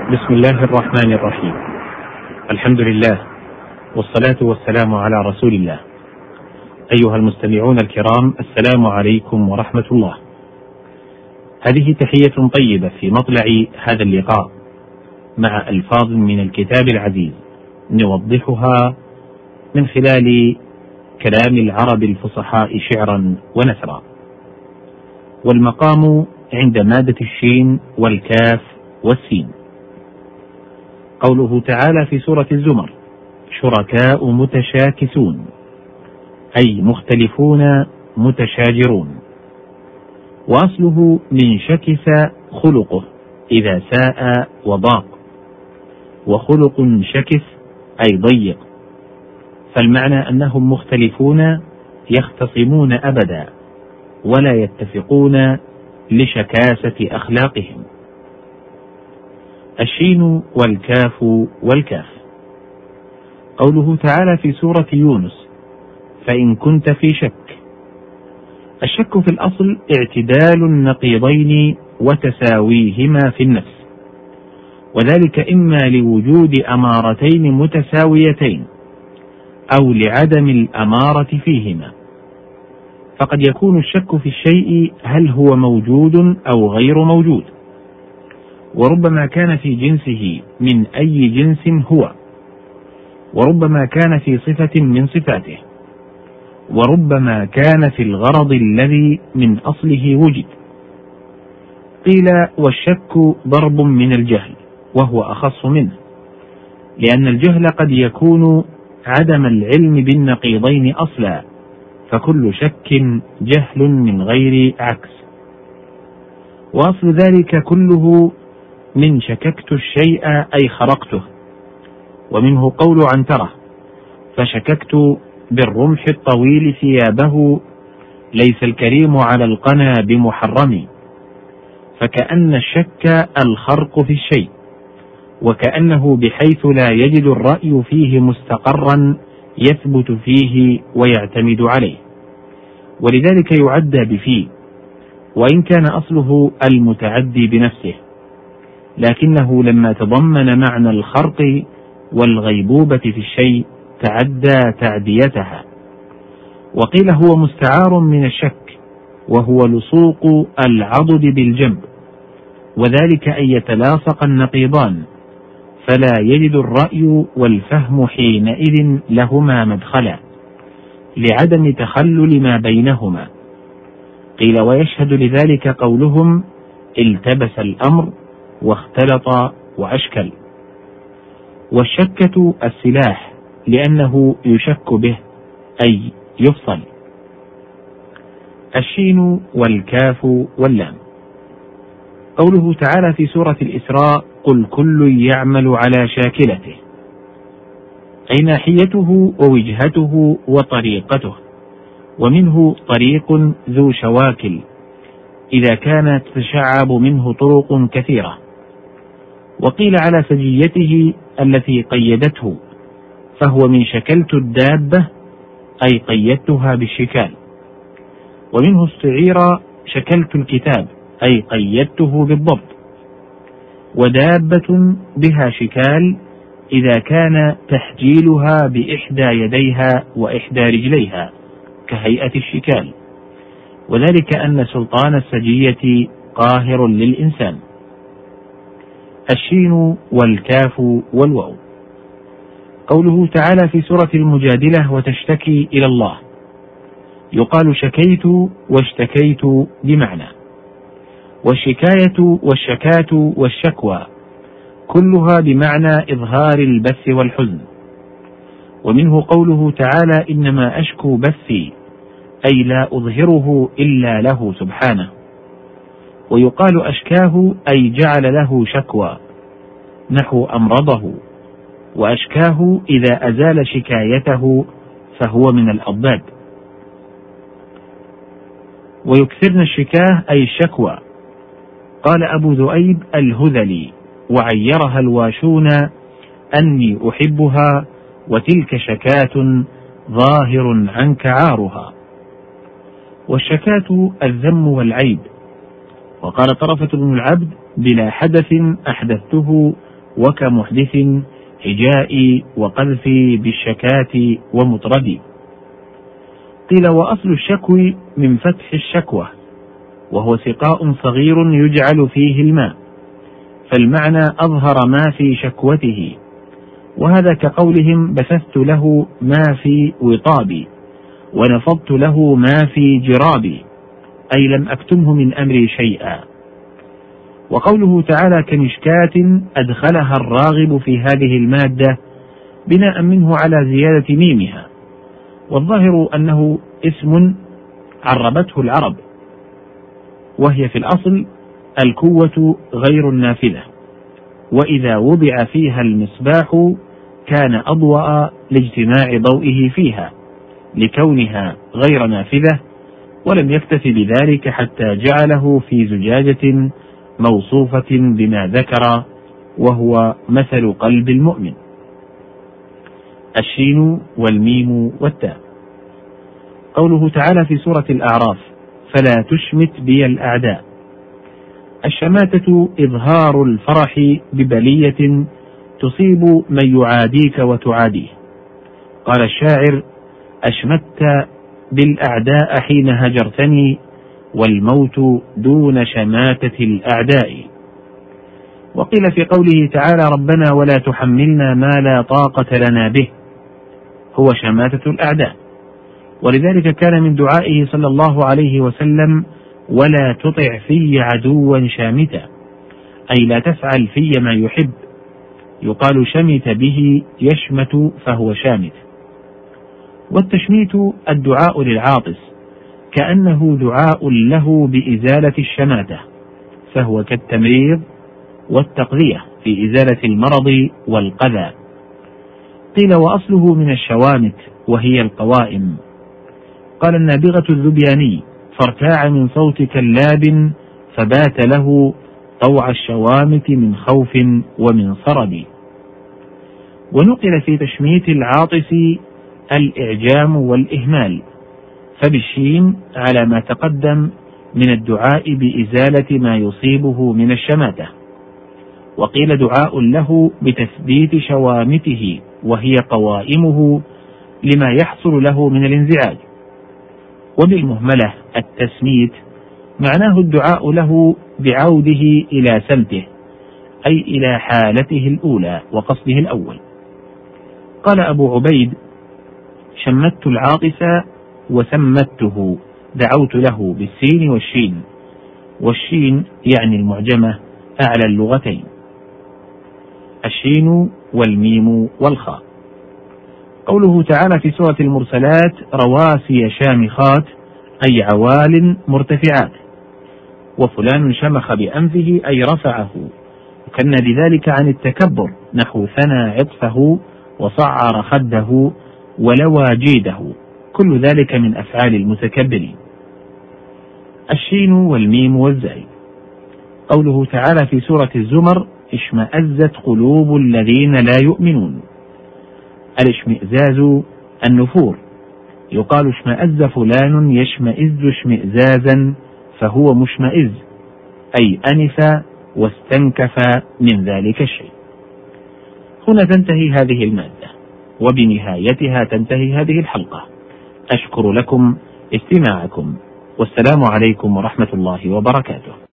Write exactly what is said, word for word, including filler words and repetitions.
بسم الله الرحمن الرحيم. الحمد لله والصلاة والسلام على رسول الله. أيها المستمعون الكرام، السلام عليكم ورحمة الله. هذه تحية طيبة في مطلع هذا اللقاء مع ألفاظ من الكتاب العزيز نوضحها من خلال كلام العرب الفصحاء شعرا ونثرا. والمقام عند مادة الشين والكاف والسين. قوله تعالى في سورة الزمر: شركاء متشاكسون، أي مختلفون متشاجرون. وأصله من شكس خلقه إذا ساء وضاق، وخلق شكس أي ضيق، فالمعنى أنهم مختلفون يختصمون أبدا ولا يتفقون لشكاسة أخلاقهم. الشين والكاف والكاف. قوله تعالى في سورة يونس: فإن كنت في شك. الشك في الأصل اعتدال النقيضين وتساويهما في النفس، وذلك إما لوجود أمارتين متساويتين أو لعدم الأمارة فيهما. فقد يكون الشك في الشيء هل هو موجود أو غير موجود، وربما كان في جنسه من أي جنس هو، وربما كان في صفة من صفاته، وربما كان في الغرض الذي من أصله وجد. قيل: والشك ضرب من الجهل، وهو أخص منه، لأن الجهل قد يكون عدم العلم بالنقيضين أصلا، فكل شك جهل من غير عكس. وأصل ذلك كله من شككت الشيء أي خرقته، ومنه قول عنترة: فشككت بالرمح الطويل ثيابه، ليس الكريم على القنا بمحرم. فكأن الشك الخرق في الشيء، وكأنه بحيث لا يجد الرأي فيه مستقرا يثبت فيه ويعتمد عليه، ولذلك يعدى بفيه، وإن كان أصله المتعدي بنفسه، لكنه لما تضمن معنى الخرق والغيبوبة في الشيء تعدى تعديتها. وقيل هو مستعار من الشك، وهو لصوق العضد بالجنب، وذلك أن يتلاصق النقيضان فلا يجد الرأي والفهم حينئذ لهما مدخلا، لعدم تخلل ما بينهما. قيل ويشهد لذلك قولهم: التبس الأمر واختلط وأشكل. والشكة السلاح، لأنه يشك به أي يفصل. الشين والكاف واللام. قوله تعالى في سورة الإسراء: قل كل يعمل على شاكلته، أي ناحيته ووجهته وطريقته، ومنه طريق ذو شواكل إذا كانت تشعب منه طرق كثيرة. وقيل على سجيته التي قيدته، فهو من شكلت الدابة أي قيدتها بالشكال. ومنه استعير شكلت الكتاب أي قيدته بالضبط. ودابة بها شكال إذا كان تحجيلها بإحدى يديها وإحدى رجليها كهيئة الشكال، وذلك أن سلطان السجية قاهر للإنسان. الشين والكاف والواو. قوله تعالى في سورة المجادلة: وتشتكي إلى الله. يقال شكيت واشتكيت بمعنى. والشكاية والشكاة والشكوى كلها بمعنى إظهار البث والحزن. ومنه قوله تعالى: إنما أشكو بثي، أي لا أظهره إلا له سبحانه. ويقال أشكاه أي جعل له شكوى، نحو أمرضه. وأشكاه إذا أزال شكايته فهو من الأضداد. ويكثرن الشكاه أي الشكوى. قال أبو ذؤيب الهذلي: وعيرها الواشون أني أحبها، وتلك شكاة ظاهر عنك عارها. والشكاة الذم والعيب. وقال طرفة بن العبد: بلا حدث أحدثته وكمحدث هجائي وقذفي بالشكاة ومطردي. قيل وأصل الشكو من فتح الشكوى، وهو سقاء صغير يجعل فيه الماء، فالمعنى أظهر ما في شكوته، وهذا كقولهم بثثت له ما في وطابي ونفضت له ما في جرابي، أي لم أكتمه من أمري شيئا. وقوله تعالى كمشكاة أدخلها الراغب في هذه المادة بناء منه على زيادة ميمها، والظاهر أنه اسم عربته العرب، وهي في الأصل الكوة غير النافذة، وإذا وضع فيها المصباح كان أضوأ لاجتماع ضوئه فيها لكونها غير نافذة، ولم يكتف بذلك حتى جعله في زجاجة موصوفة بما ذكر، وهو مثل قلب المؤمن. الشين والميم والتاء. قوله تعالى في سورة الأعراف فلا تشمت بي الأعداء. الشماتة إظهار الفرح ببلية تصيب من يعاديك وتعاديه. قال الشاعر أشمت بالأعداء حين هجرتني، والموت دون شماتة الأعداء. وقيل في قوله تعالى ربنا ولا تحملنا ما لا طاقة لنا به، هو شماتة الأعداء، ولذلك كان من دعائه صلى الله عليه وسلم ولا تطع في عدوا شامتا، أي لا تفعل في ما يحب، يقال شمت به يشمت فهو شامت. والتشميت الدعاء للعاطس، كأنه دعاء له بإزالة الشماتة، فهو كالتمريض والتقذية في إزالة المرض والقذى. قيل وأصله من الشوامت وهي القوائم. قال النابغة الذبياني فارتاع من صوت كلاب فبات له طوع الشوامت من خوف ومن صرد. ونقل في تشميت العاطس الإعجام والإهمال، فبالشين على ما تقدم من الدعاء بإزالة ما يصيبه من الشماتة. وقيل دعاء له بتثبيت شوامته وهي قوائمه لما يحصل له من الانزعاج. وبالمهملة التسميت معناه الدعاء له بعوده إلى سمته، أي إلى حالته الأولى وقصده الأول. قال أبو عبيد شمت العاطس وسمته، دعوت له بالسين والشين، والشين يعني المعجمة أعلى اللغتين. الشين والميم والخاء. قوله تعالى في سورة المرسلات رواسي شامخات، أي عوال مرتفعات. وفلان شمخ بأنفه أي رفعه، وكان بذلك عن التكبر، نحو ثنى عطفه وصعر خده ولوى جيده، كل ذلك من أفعال المتكبرين. الشين والميم والزاي. قوله تعالى في سورة الزمر اشمأزت قلوب الذين لا يؤمنون. الاشمئزاز النفور، يقال اشمأز فلان يشمئز اشمئزازا فهو مشمئز، أي أنف واستنكف من ذلك الشيء. هنا تنتهي هذه المادة، وبنهايتها تنتهي هذه الحلقة. أشكر لكم استماعكم، والسلام عليكم ورحمة الله وبركاته.